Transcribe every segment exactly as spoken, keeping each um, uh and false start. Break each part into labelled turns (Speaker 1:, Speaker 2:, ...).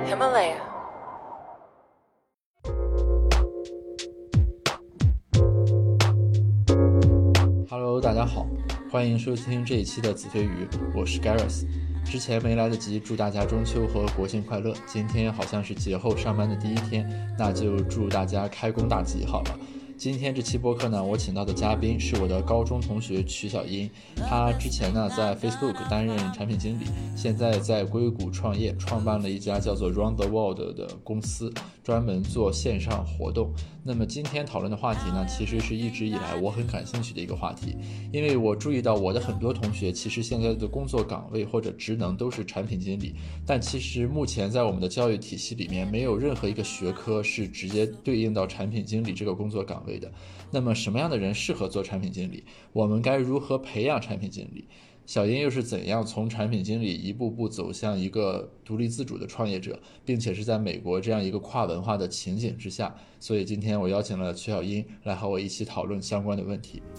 Speaker 1: Himalaya。
Speaker 2: Hello， 大家好，欢迎收听这一期的子非鱼，我是 Gareth。之前没来得及祝大家中秋和国庆快乐，今天好像是节后上班的第一天，那就祝大家开工大吉好了。今天这期播客呢，我请到的嘉宾是我的高中同学曲小英，她之前呢在 Facebook 担任产品经理，现在在硅谷创业，创办了一家叫做 Round the World 的公司，专门做线上活动。那么今天讨论的话题呢，其实是一直以来我很感兴趣的一个话题，因为我注意到我的很多同学其实现在的工作岗位或者职能都是产品经理，但其实目前在我们的教育体系里面没有任何一个学科是直接对应到产品经理这个工作岗位的。那么什么样的人适合做产品经理？我们该如何培养产品经理？小英又是怎样从产品经理一步步走向一个独立自主的创业者，并且是在美国这样一个跨文化的情景之下？所以今天我邀请了曲小英来和我一起讨论相关的问题。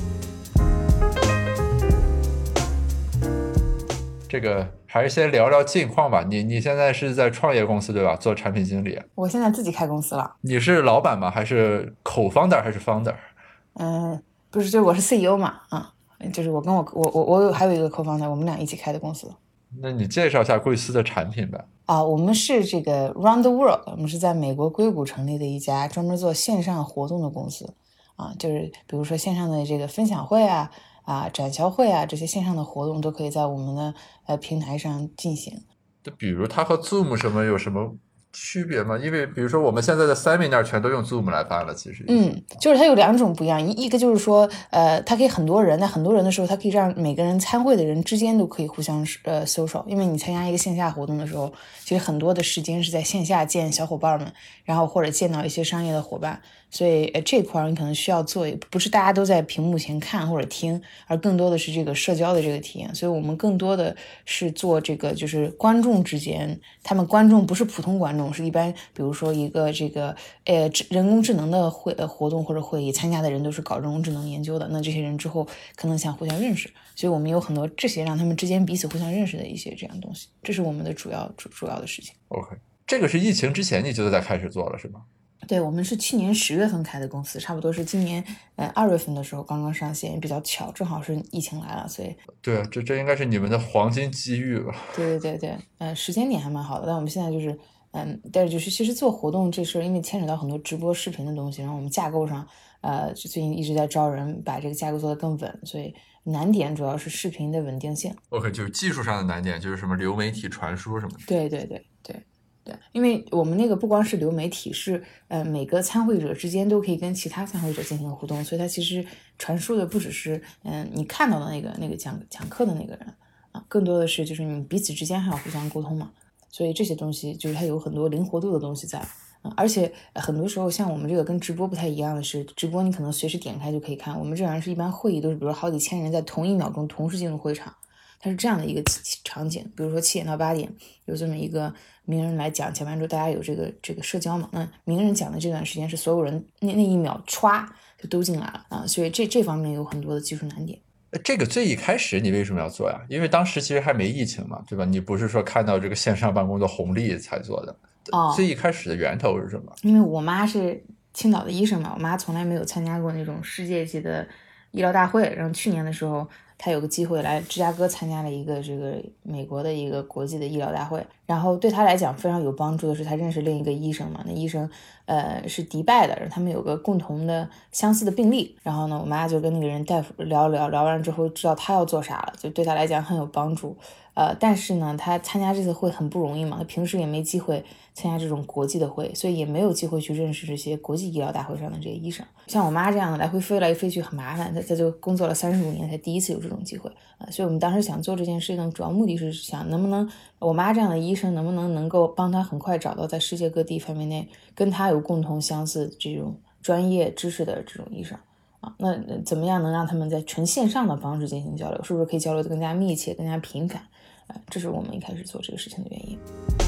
Speaker 2: 这个还是先聊聊近况吧。你你现在是在创业公司对吧？做产品经理。
Speaker 3: 我现在自己开公司了。
Speaker 2: 你是老板吗？还是 co-founder 还是 founder？
Speaker 3: 嗯，不是，就我是 C E O 嘛，啊，就是我跟我我我我有还有一个 co-founder， 我们俩一起开的公司。
Speaker 2: 那你介绍一下贵司的产品吧。
Speaker 3: 啊，我们是这个 Round the World， 我们是在美国硅谷成立的一家专门做线上活动的公司。啊，就是比如说线上的这个分享会啊。啊，展销会啊，这些线上的活动都可以在我们的呃平台上进行。
Speaker 2: 就比如它和 Zoom 什么有什么区别吗？因为比如说我们现在的 Seminar 全都用 Zoom 来办了，其实。
Speaker 3: 嗯，就是它有两种不一样，一个就是说，呃，它可以很多人，在很多人的时候，它可以让每个人参会的人之间都可以互相呃 social， 因为你参加一个线下活动的时候，其实很多的时间是在线下见小伙伴们，然后或者见到一些商业的伙伴。所以呃这块你可能需要做，不是大家都在屏幕前看或者听，而更多的是这个社交的这个体验。所以我们更多的是做这个，就是观众之间，他们观众不是普通观众，是一般比如说一个这个呃人工智能的会呃活动或者会议参加的人都是搞人工智能研究的，那这些人之后可能想互相认识，所以我们有很多这些让他们之间彼此互相认识的一些这样东西，这是我们的主要主主要的事情。
Speaker 2: OK， 这个是疫情之前你就在开始做了是吗？
Speaker 3: 对，我们是去年十月份开的公司，差不多是今年呃二月份的时候刚刚上线，比较巧，正好是疫情来了，所以
Speaker 2: 对啊，这这应该是你们的黄金机遇了。
Speaker 3: 对对对对，呃，时间点还蛮好的。但我们现在就是嗯，但是就是其实做活动这事儿，因为牵扯到很多直播视频的东西，然后我们架构上呃最近一直在招人，把这个架构做得更稳，所以难点主要是视频的稳定性。
Speaker 2: OK， 就是技术上的难点，就是什么流媒体传输什么的。
Speaker 3: 对对对对对，因为我们那个不光是流媒体，是呃每个参会者之间都可以跟其他参会者进行互动，所以它其实传输的不只是嗯、呃、你看到的那个那个讲讲课的那个人啊，更多的是就是你彼此之间还要互相沟通嘛，所以这些东西就是它有很多灵活度的东西在。嗯、而且很多时候像我们这个跟直播不太一样的是，直播你可能随时点开就可以看，我们这样是一般会议都是比如说好几千人在同一秒钟同时进入会场，它是这样的一个场景，比如说七点到八点有这么一个名人来讲，讲完之后大家有这个这个社交嘛，那名人讲的这段时间是所有人那那一秒歘就都进来了啊，所以这这方面有很多的技术难点。
Speaker 2: 这个最一开始你为什么要做呀？因为当时其实还没疫情嘛，对吧？你不是说看到这个线上办公的红利才做的。
Speaker 3: 哦，
Speaker 2: 最一开始的源头是什么？
Speaker 3: 因为我妈是青岛的医生嘛，我妈从来没有参加过那种世界级的医疗大会，然后去年的时候她有个机会来芝加哥参加了一个这个美国的一个国际的医疗大会，然后对她来讲非常有帮助的是她认识另一个医生嘛，那医生呃是迪拜的，然后他们有个共同的相似的病例，然后呢我妈就跟那个人大夫聊聊聊完之后知道他要做啥了，就对她来讲很有帮助。呃，但是呢，他参加这次会很不容易嘛，他平时也没机会参加这种国际的会，所以也没有机会去认识这些国际医疗大会上的这些医生。像我妈这样的来回飞来飞去很麻烦，她她就工作了三十五年才第一次有这种机会啊、呃。所以我们当时想做这件事情，主要目的是想能不能我妈这样的医生能不能能够帮她很快找到在世界各地范围内跟她有共同相似这种专业知识的这种医生。啊，那怎么样能让他们在纯线上的方式进行交流？是不是可以交流得更加密切、更加频繁？啊，这是我们一开始做这个事情的原因。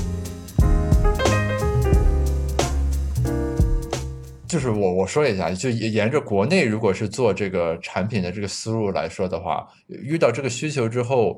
Speaker 2: 就是我我说一下，就沿着国内如果是做这个产品的这个思路来说的话，遇到这个需求之后，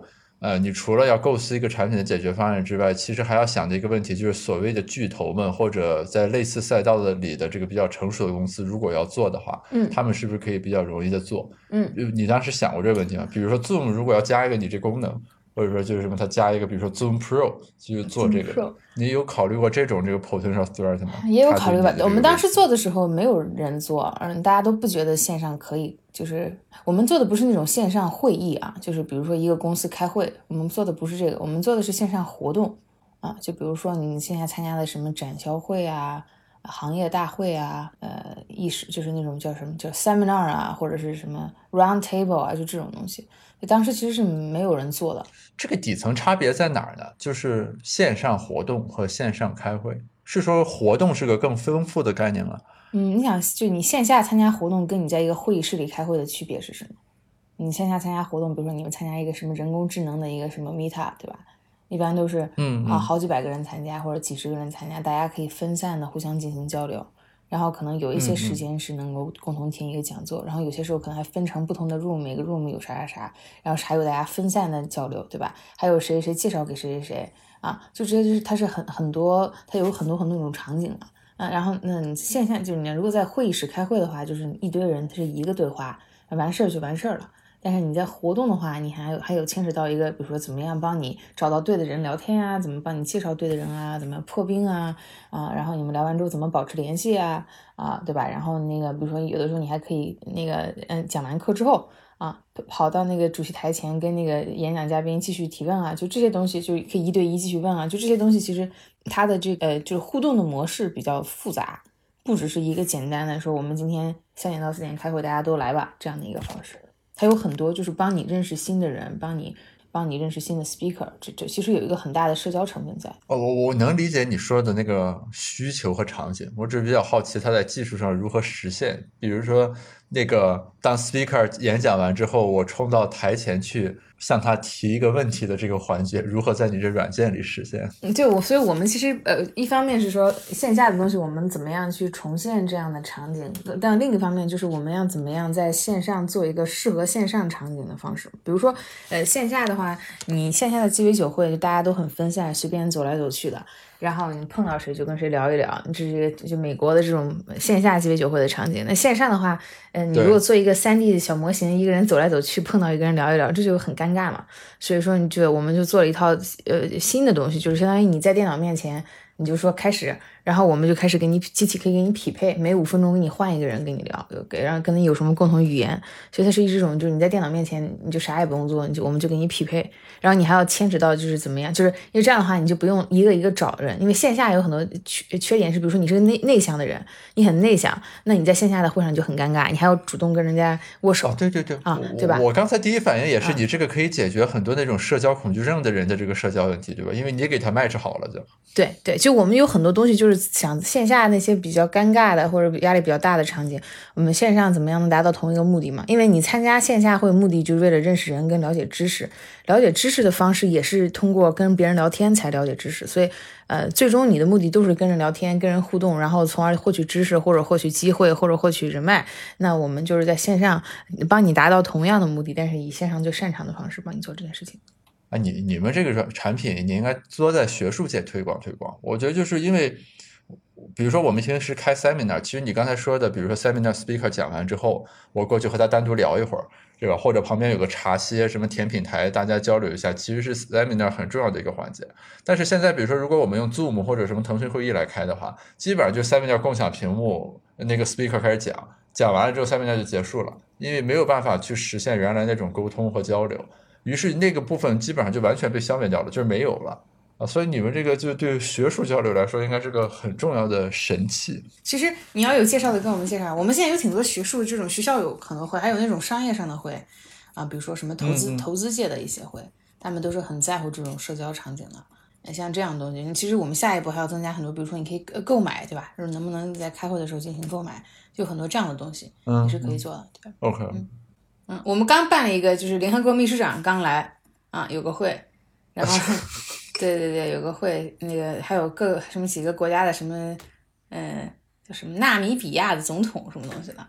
Speaker 2: 呃，你除了要构思一个产品的解决方案之外，其实还要想的一个问题就是所谓的巨头们或者在类似赛道的里的这个比较成熟的公司，如果要做的话，
Speaker 3: 嗯，
Speaker 2: 他们是不是可以比较容易的做？
Speaker 3: 嗯，
Speaker 2: 你当时想过这个问题吗？比如说 Zoom 如果要加一个你这功能，或者说就是什么，它加一个，比如说 Zoom Pro 就是做这个的，你有考虑过这种这个 potential threat 吗？
Speaker 3: 也有考虑吧。我们当时做的时候没有人做，嗯，大家都不觉得线上可以，就是我们做的不是那种线上会议啊，就是比如说一个公司开会，我们做的不是这个，我们做的是线上活动啊，就比如说你线下参加的什么展销会啊、行业大会啊、呃，意识就是那种叫什么叫 seminar 啊，或者是什么 round table 啊，就这种东西。当时其实是没有人做的。
Speaker 2: 这个底层差别在哪儿呢？就是线上活动和线上开会，是说活动是个更丰富的概念吗？
Speaker 3: 嗯，你想，就你线下参加活动跟你在一个会议室里开会的区别是什么？你线下参加活动，比如说你们参加一个什么人工智能的一个什么 meetup， 对吧？一般都是
Speaker 2: 嗯
Speaker 3: 啊好几百个人参加或者几十个人参加，大家可以分散的互相进行交流。然后可能有一些时间是能够共同听一个讲座，嗯嗯然后有些时候可能还分成不同的 room， 每个 room 有啥啥啥，然后还有大家分散的交流，对吧？还有谁谁介绍给谁谁谁啊，就这些就是它是很很多，它有很多很多种场景嘛。啊，然后那你线下就是你如果在会议室开会的话，就是一堆人，它是一个对话，完事儿就完事儿了。但是你在活动的话，你还有还有牵扯到一个，比如说怎么样帮你找到对的人聊天啊，怎么帮你介绍对的人啊，怎么样破冰啊啊，然后你们聊完之后怎么保持联系啊啊，对吧？然后那个比如说有的时候你还可以那个嗯讲完课之后啊，跑到那个主席台前跟那个演讲嘉宾继续提问啊，就这些东西就可以一对一继续问啊，就这些东西其实它的这个呃就是互动的模式比较复杂，不只是一个简单的说我们今天三点到四点开会，大家都来吧这样的一个方式。它有很多就是帮你认识新的人，帮你帮你认识新的 speaker， 这这其实有一个很大的社交成分在。
Speaker 2: 哦，我我能理解你说的那个需求和场景，我只是比较好奇它在技术上如何实现。比如说，那个当 speaker 演讲完之后，我冲到台前去向他提一个问题的这个环节，如何在你这软件里实现？
Speaker 3: 对，我所以我们其实呃，一方面是说线下的东西我们怎么样去重现这样的场景，但另一方面就是我们要怎么样在线上做一个适合线上场景的方式。比如说，呃，线下的话，你线下的鸡尾酒会就大家都很分散，随便走来走去的。然后你碰到谁就跟谁聊一聊，这是就美国的这种线下鸡尾酒会的场景。那线上的话，嗯、呃，你如果做一个 三 D 小模型，一个人走来走去，碰到一个人聊一聊，这就很尴尬嘛。所以说，你就我们就做了一套呃新的东西，就是相当于你在电脑面前，你就说开始，然后我们就开始给你机器可以给你匹配，每五分钟给你换一个人跟你聊，给让跟你有什么共同语言。所以它是一这种，就是你在电脑面前，你就啥也不用做，你就我们就给你匹配，然后你还要牵扯到就是怎么样，就是因为这样的话，你就不用一个一个找人，因为线下有很多缺缺点是，比如说你是个内内向的人，你很内向，那你在线下的会上就很尴尬，你还要主动跟人家握手。
Speaker 2: 哦，对对对，
Speaker 3: 啊，对吧？
Speaker 2: 我刚才第一反应也是，你这个可以解决很多那种社交恐惧症的人的这个社交问题，对吧？因为你给他 match 好了就。
Speaker 3: 对对，就我们有很多东西就是想线下那些比较尴尬的或者压力比较大的场景，我们线上怎么样能达到同一个目的嘛？因为你参加线下会目的就是为了认识人跟了解知识，了解知识的方式也是通过跟别人聊天才了解知识，所以呃，最终你的目的都是跟人聊天、跟人互动，然后从而获取知识或者获取机会或者获取人脉。那我们就是在线上帮你达到同样的目的，但是以线上最擅长的方式帮你做这件事情。
Speaker 2: 啊，你你们这个产品，你应该多在学术界推广推广。我觉得就是因为，比如说我们平时开 seminar， 其实你刚才说的，比如说 seminar speaker 讲完之后，我过去和他单独聊一会儿，对吧？或者旁边有个茶歇，什么甜品台，大家交流一下，其实是 seminar 很重要的一个环节。但是现在，比如说如果我们用 Zoom 或者什么腾讯会议来开的话，基本上就 seminar 共享屏幕，那个 speaker 开始讲，讲完了之后 seminar 就结束了，因为没有办法去实现原来那种沟通和交流。于是那个部分基本上就完全被消灭掉了，就是没有了啊。所以你们这个就对学术交流来说，应该是个很重要的神器。
Speaker 3: 其实你要有介绍的跟我们介绍，我们现在有挺多学术这种学校有可能会，还有那种商业上的会啊，比如说什么投资、嗯、投资界的一些会，他们都是很在乎这种社交场景的。像这样的东西，其实我们下一步还要增加很多，比如说你可以购买，对吧？就是能不能在开会的时候进行购买，就很多这样的东西也是可以做的。对
Speaker 2: OK。
Speaker 3: 嗯嗯，我们刚办了一个，就是联合国秘书长刚来啊，有个会，然后对对对，有个会，那个还有各什么几个国家的什么，嗯、呃，叫什么纳米比亚的总统什么东西的，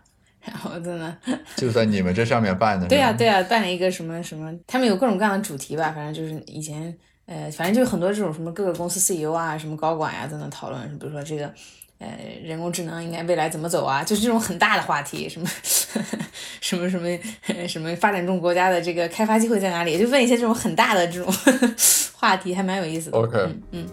Speaker 3: 然后真的
Speaker 2: 就在你们这上面办的。
Speaker 3: 对呀、啊、对呀、啊，办了一个什么什么，他们有各种各样的主题吧，反正就是以前呃，反正就很多这种什么各个公司 C E O 啊，什么高管呀、啊，在那讨论，比如说这个呃人工智能应该未来怎么走啊，就是这种很大的话题，什么什么什么什么发展中国家的这个开发机会在哪里，就问一些这种很大的这种话题，还蛮有意思的。
Speaker 2: OK
Speaker 3: 嗯嗯。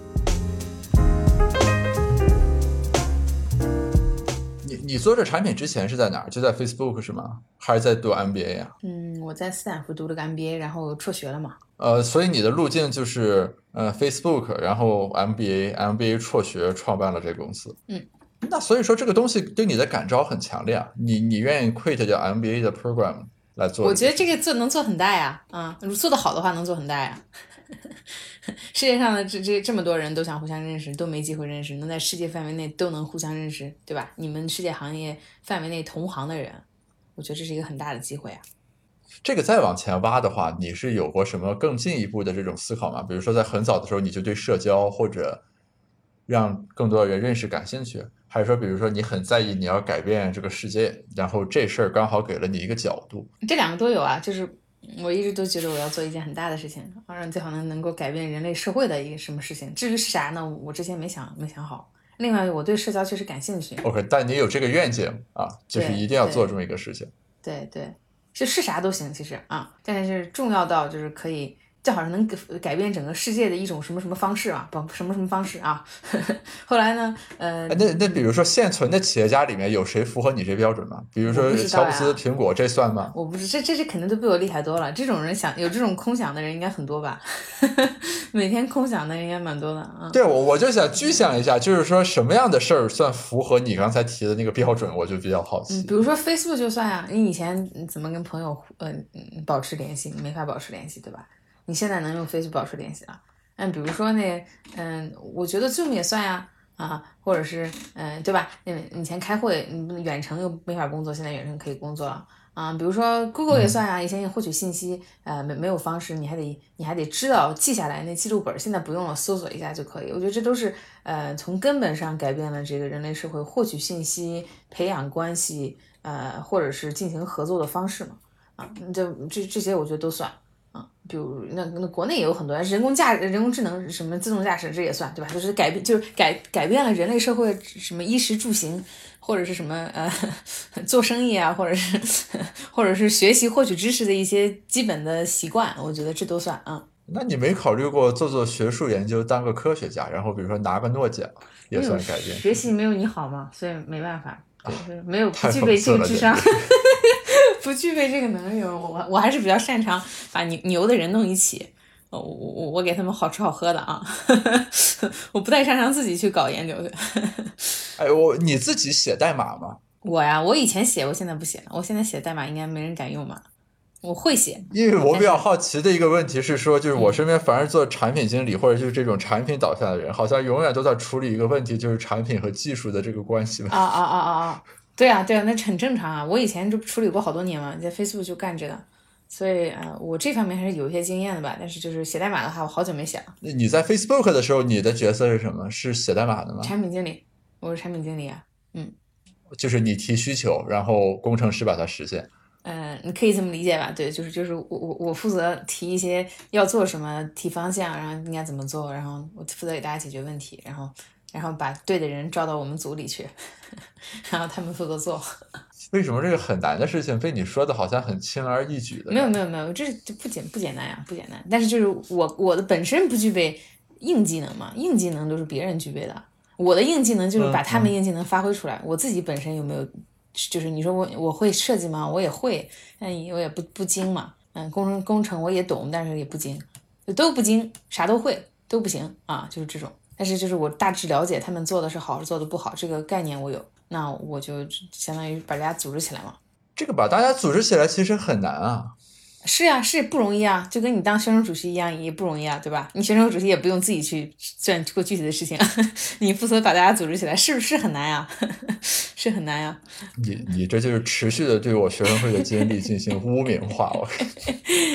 Speaker 2: 你做这产品之前是在哪儿？就在 Facebook 是吗？还是在读 M B A 啊？
Speaker 3: 嗯，我在斯坦福读了个 M B A， 然后辍学了嘛。
Speaker 2: 呃，所以你的路径就是呃 Facebook， 然后 M B A，M B A 辍学，创办了这个公司。
Speaker 3: 嗯，
Speaker 2: 那所以说这个东西对你的感召很强烈啊，你你愿意 quit 掉 M B A 的 program 来做？
Speaker 3: 我觉得这个做能做很大呀，啊、嗯，做得好的话能做很大呀。世界上的这这这么多人都想互相认识，都没机会认识，能在世界范围内都能互相认识，对吧？你们世界行业范围内同行的人，我觉得这是一个很大的机会啊。
Speaker 2: 这个再往前挖的话，你是有过什么更进一步的这种思考吗？比如说在很早的时候你就对社交或者让更多的人认识感兴趣，还是说比如说你很在意你要改变这个世界，然后这事儿刚好给了你一个角度？
Speaker 3: 这两个都有啊，就是我一直都觉得我要做一件很大的事情，让最好能能够改变人类社会的一个什么事情。至于是啥呢，我之前没想没想好。另外，我对社交确实感兴趣。
Speaker 2: OK， 但你有这个愿景啊，就是一定要做这么一个事情。
Speaker 3: 对 对, 对，就是啥都行，其实啊，但是重要到就是可以。正好是能改变整个世界的一种什么什么方式啊，不什么什么方式啊。后来呢，呃，
Speaker 2: 那那比如说现存的企业家里面有谁符合你这标准吗？比如说乔布斯、苹果，这算吗？
Speaker 3: 我不是，这这这肯定都比我厉害多了。这种人想有这种空想的人应该很多吧？每天空想的人应该蛮多的啊。
Speaker 2: 对，我我就想具象一下，就是说什么样的事儿算符合你刚才提的那个标准，我就比较好奇。
Speaker 3: 嗯，比如说 Facebook 就算啊，你以前怎么跟朋友呃保持联系？你没法保持联系，对吧？你现在能用 Facebook 保持联系了。嗯，比如说那，嗯，我觉得 Zoom 也算呀，啊，或者是，嗯，对吧？嗯，以前开会，你远程又没法工作，现在远程可以工作了。啊，比如说 Google 也算呀，以前你获取信息，呃，没没有方式，你还得你还得知道记下来那记录本，现在不用了，搜索一下就可以。我觉得这都是，呃，从根本上改变了这个人类社会获取信息、培养关系，呃，或者是进行合作的方式嘛。啊，这这这些我觉得都算。啊，比如那那国内也有很多人工驾人工智能什么自动驾驶，这也算对吧？就是改变就是改改变了人类社会什么衣食住行，或者是什么呃做生意啊，或者是或者是学习获取知识的一些基本的习惯，我觉得这都算啊。
Speaker 2: 那你没考虑过做做学术研究，当个科学家，然后比如说拿个诺奖，也算改变？
Speaker 3: 学习没有你好嘛，所以没办法，就是没有不具备这个智商。不具备这个能力，我我还是比较擅长把牛牛的人弄一起，我我我给他们好吃好喝的啊，我不太擅长自己去搞研究的。
Speaker 2: 哎，我你自己写代码吗？
Speaker 3: 我呀，我以前写，我现在不写了。我现在写代码应该没人敢用嘛。我会写，
Speaker 2: 因为我比较好奇的一个问题是说，就是我身边凡是做产品经理、嗯、或者就是这种产品导向的人，好像永远都在处理一个问题，就是产品和技术的这个关系。
Speaker 3: 啊啊啊啊啊！对啊，对啊，那很正常啊。我以前就处理过好多年嘛，在 Facebook 就干这个，所以呃，我这方面还是有一些经验的吧。但是就是写代码的话，我好久没写了。
Speaker 2: 你在 Facebook 的时候，你的角色是什么？是写代码的吗？
Speaker 3: 产品经理，我是产品经理啊。嗯，
Speaker 2: 就是你提需求，然后工程师把它实现。
Speaker 3: 嗯，你可以这么理解吧？对，就是就是我我我负责提一些要做什么，提方向，然后应该怎么做，然后我负责给大家解决问题，然后然后把对的人招到我们组里去，然后他们负责做。
Speaker 2: 为什么这个很难的事情被你说的好像很轻而易举的？
Speaker 3: 没有没有没有，这是不简不简单呀，不简单。但是就是我我的本身不具备硬技能嘛，硬技能都是别人具备的，我的硬技能就是把他们硬技能发挥出来。嗯嗯、我自己本身有没有？就是你说我我会设计吗？我也会，但我也不不精嘛。嗯，工程工程我也懂，但是也不精，都不精，啥都会都不行啊，就是这种。但是就是我大致了解他们做的是好是做的不好，这个概念我有，那我就相当于把大家组织起来嘛。
Speaker 2: 这个把大家组织起来其实很难啊。
Speaker 3: 是呀、啊，是不容易啊，就跟你当学生主席一样，也不容易啊，对吧？你学生主席也不用自己去算过具体的事情，你负责把大家组织起来，是不是很难呀、啊？是很难呀、
Speaker 2: 啊。你你这就是持续的对我学生会的经历进行污名化，我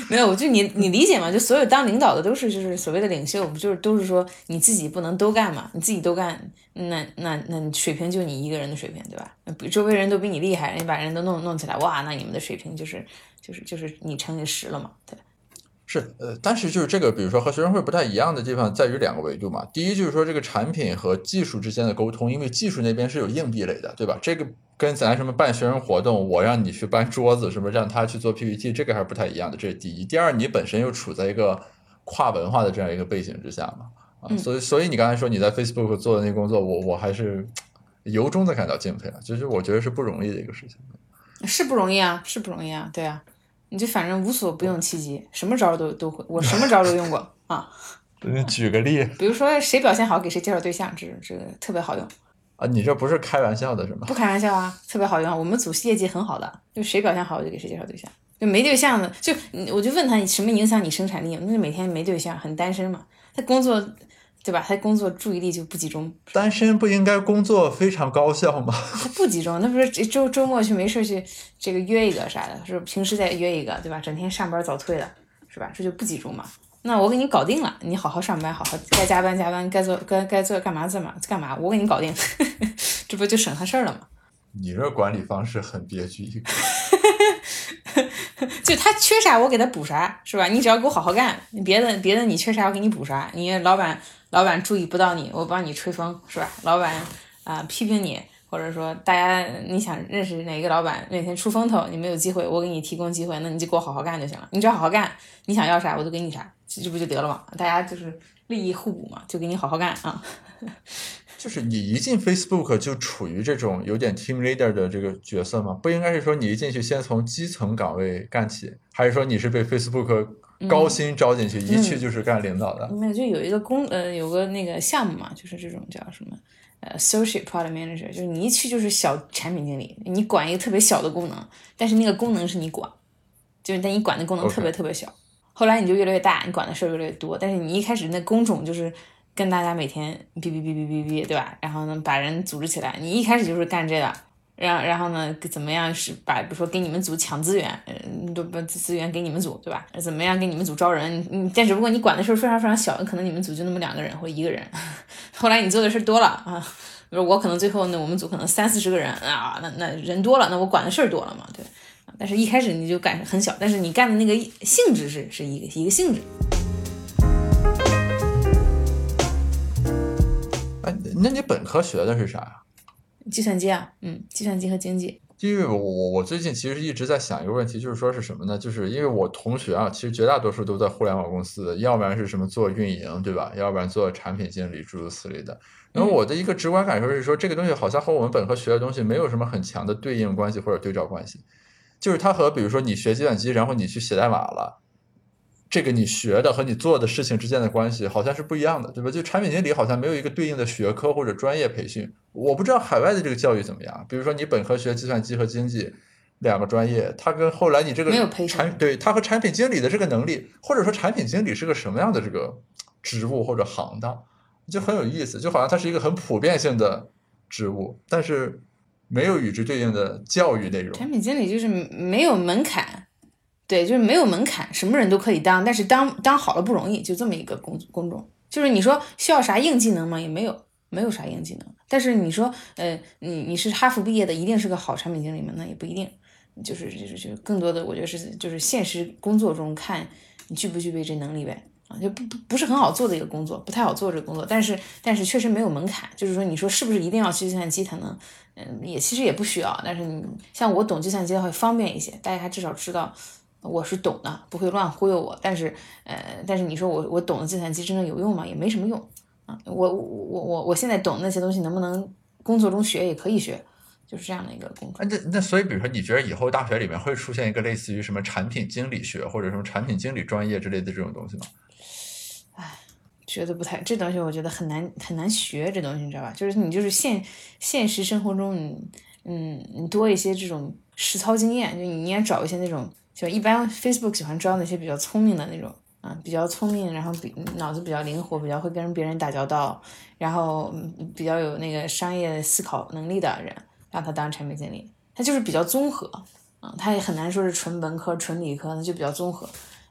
Speaker 3: 没有，就你你理解吗？就所有当领导的都是就是所谓的领袖，就是都是说你自己不能都干嘛，你自己都干，那那那你水平就你一个人的水平，对吧？周围人都比你厉害，你把人都弄弄起来，哇，那你们的水平就是就是就是你乘以十了嘛，对。
Speaker 2: 是，呃，但是就是这个，比如说和学生会不太一样的地方在于两个维度嘛。第一就是说这个产品和技术之间的沟通，因为技术那边是有硬壁垒的，对吧？这个跟咱什么办学生活动，我让你去搬桌子，什么让他去做 P P T， 这个还是不太一样的，这是第一。第二，你本身又处在一个跨文化的这样一个背景之下嘛，啊，所以所以你刚才说你在 Facebook 做的那工作，我我还是由衷的感到敬佩了，其实我觉得是不容易的一个事情。
Speaker 3: 是不容易啊，是不容易啊，对啊。你就反正无所不用其极，什么招都都会，我什么招都用过啊。
Speaker 2: 你举个例，
Speaker 3: 比如说谁表现好给谁介绍对象，这这个特别好用
Speaker 2: 啊。你这不是开玩笑的是吗？
Speaker 3: 不开玩笑啊，特别好用。我们组业绩很好的，就谁表现好我就给谁介绍对象，就没对象的就我就问他你什么影响你生产力，那每天没对象很单身嘛，他工作对吧？他工作注意力就不集中。
Speaker 2: 单身不应该工作非常高效吗？
Speaker 3: 他不集中，那不是周周末去没事去这个约一个啥的，是平时再约一个，对吧？整天上班早退的，是吧？这就不集中嘛。那我给你搞定了，你好好上班，好好该加班加班，该做该该做干嘛做嘛干嘛，我给你搞定，这不就省他事儿了吗？
Speaker 2: 你这管理方式很憋屈一个。
Speaker 3: 就他缺啥我给他补啥，是吧？你只要给我好好干，别的别的你缺啥我给你补啥。你老板老板注意不到你，我帮你吹风，是吧？老板啊、呃、批评你，或者说大家你想认识哪个老板每天出风头，你没有机会，我给你提供机会，那你就给我好好干就行了。你只要好好干，你想要啥我都给你啥，这不就得了吗？大家就是利益互补嘛，就给你好好干啊。
Speaker 2: 就是你一进 Facebook 就处于这种有点 team leader 的这个角色吗？不应该是说你一进去先从基层岗位干起，还是说你是被 Facebook 高薪招进去、嗯、一去就是干领导的？
Speaker 3: 没有，就有一个公呃有个那个项目嘛，就是这种叫什么呃 associate product manager， 就是你一去就是小产品经理，你管一个特别小的功能，但是那个功能是你管，就是但你管的功能特别特别小。Okay. 后来你就越来越大，你管的事越来越多，但是你一开始那工种就是跟大家每天哔哔哔哔哔哔，对吧？然后呢，把人组织起来。你一开始就是干这个，然然后呢，怎么样是把，比如说给你们组抢资源，嗯，都把资源给你们组，对吧？怎么样给你们组招人？嗯，但只不过你管的事非常非常小，可能你们组就那么两个人或者一个人。后来你做的事多了啊，比如我可能最后呢，我们组可能三四十个人啊，那那人多了，那我管的事多了嘛，对。但是一开始你就干很小，但是你干的那个性质是是一个一个性质。
Speaker 2: 哎，那你本科学的是啥呀？
Speaker 3: 计算机啊，嗯，计算机和经济。
Speaker 2: 因为我我我最近其实一直在想一个问题，就是说是什么呢？就是因为我同学啊，其实绝大多数都在互联网公司，要不然是什么做运营，对吧？要不然做产品经理，诸如此类的。然后我的一个直观感受是说，这个东西好像和我们本科学的东西没有什么很强的对应关系或者对照关系。就是它和比如说你学计算机，然后你去写代码了。这个你学的和你做的事情之间的关系好像是不一样的，对吧？就产品经理好像没有一个对应的学科或者专业培训。我不知道海外的这个教育怎么样，比如说你本科学计算机和经济两个专业，它跟后来你这个
Speaker 3: 没有培训，
Speaker 2: 对，它和产品经理的这个能力，或者说产品经理是个什么样的这个职务或者行当，就很有意思，就好像它是一个很普遍性的职务，但是没有与之对应的教育内容。
Speaker 3: 产品经理就是没有门槛。对，就是没有门槛，什么人都可以当，但是当当好了不容易，就这么一个工工种。就是你说需要啥硬技能吗？也没有，没有啥硬技能。但是你说，呃，你你是哈佛毕业的，一定是个好产品经理吗？那也不一定。就是就是就更多的，我觉得是就是现实工作中看你具不具备这能力呗。啊，就不不不是很好做的一个工作，不太好做这个工作。但是但是确实没有门槛，就是说你说是不是一定要去计算机才能？嗯，也其实也不需要。但是你像我懂计算机会方便一些，大家还至少知道。我是懂的，不会乱忽悠我，但是，呃，但是你说我我懂的计算机真的有用吗？也没什么用啊。我我我我现在懂那些东西，能不能工作中学也可以学，就是这样的一个工作。
Speaker 2: 那那所以，比如说，你觉得以后大学里面会出现一个类似于什么产品经理学或者什么产品经理专业之类的这种东西吗？
Speaker 3: 唉，觉得不太，这东西我觉得很难很难学，这东西你知道吧？就是你就是现现实生活中你嗯你多一些这种实操经验，就你应该找一些那种。就一般 Facebook 喜欢招那些比较聪明的那种啊，比较聪明，然后比脑子比较灵活，比较会跟别人打交道，然后比较有那个商业思考能力的人，让他当产品经理。他就是比较综合啊，他也很难说是纯文科、纯理科，他就比较综合。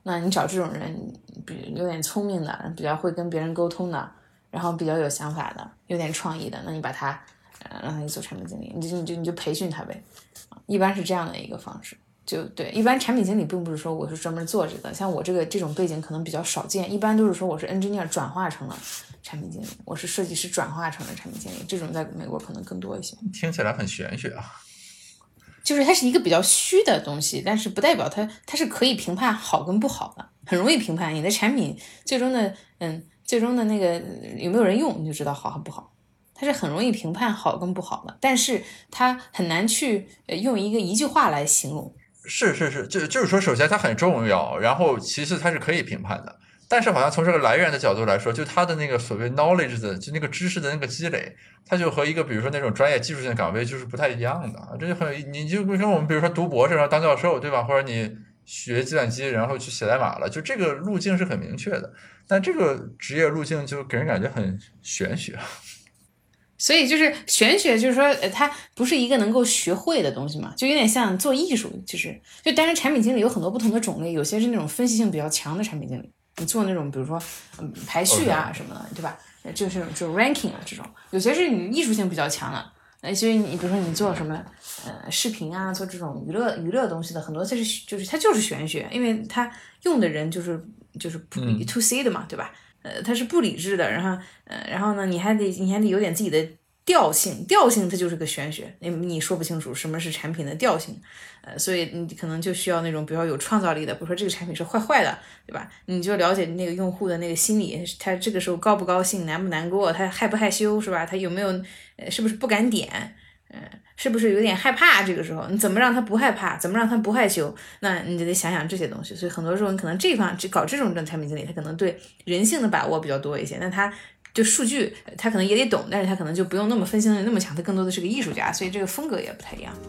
Speaker 3: 那你找这种人，比有点聪明的，比较会跟别人沟通的，然后比较有想法的，有点创意的，那你把他呃让他去做产品经理，你就你就你就培训他呗，一般是这样的一个方式。就对，一般产品经理并不是说我是专门做这个，像我这个这种背景可能比较少见，一般都是说我是 engineer 转化成了产品经理，我是设计师转化成了产品经理，这种在美国可能更多一些。
Speaker 2: 听起来很玄学啊。
Speaker 3: 就是它是一个比较虚的东西，但是不代表它它是可以评判好跟不好的，很容易评判你的产品最终的嗯最终的那个有没有人用，你就知道好和不好。它是很容易评判好跟不好的，但是它很难去用一个一句话来形容。
Speaker 2: 是是是，就就是说，首先它很重要，然后其次它是可以评判的。但是好像从这个来源的角度来说，就它的那个所谓 knowledge 的，就那个知识的那个积累，它就和一个比如说那种专业技术性岗位就是不太一样的。这就很，你就跟我们比如说读博士然后当教授，对吧？或者你学计算机然后去写代码了，就这个路径是很明确的。但这个职业路径就给人感觉很玄学。
Speaker 3: 所以就是玄学，就是说，呃，它不是一个能够学会的东西嘛，就有点像做艺术，就是就当然产品经理有很多不同的种类，有些是那种分析性比较强的产品经理，你做那种比如说嗯排序啊什么的， okay. 对吧？就是就 ranking 啊这种，有些是你艺术性比较强的，呃，所以你比如说你做什么呃视频啊，做这种娱乐娱乐东西的，很多它是就是它就是玄学，因为它用的人就是就是不 to C 的嘛，对吧？呃，它是不理智的，然后，呃，然后呢，你还得你还得有点自己的调性，调性它就是个玄学，你你说不清楚什么是产品的调性，呃，所以你可能就需要那种比较有创造力的，比如说这个产品是坏坏的，对吧？你就了解那个用户的那个心理，他这个时候高不高兴，难不难过，他害不害羞，是吧？他有没有，呃，是不是不敢点？嗯，是不是有点害怕？这个时候你怎么让他不害怕？怎么让他不害羞？那你就得想想这些东西。所以很多时候你可能这一方搞这种产品经理，他可能对人性的把握比较多一些。那他就数据他可能也得懂，但是他可能就不用那么分析能力那么强，他更多的是个艺术家，所以这个风格也不太一样。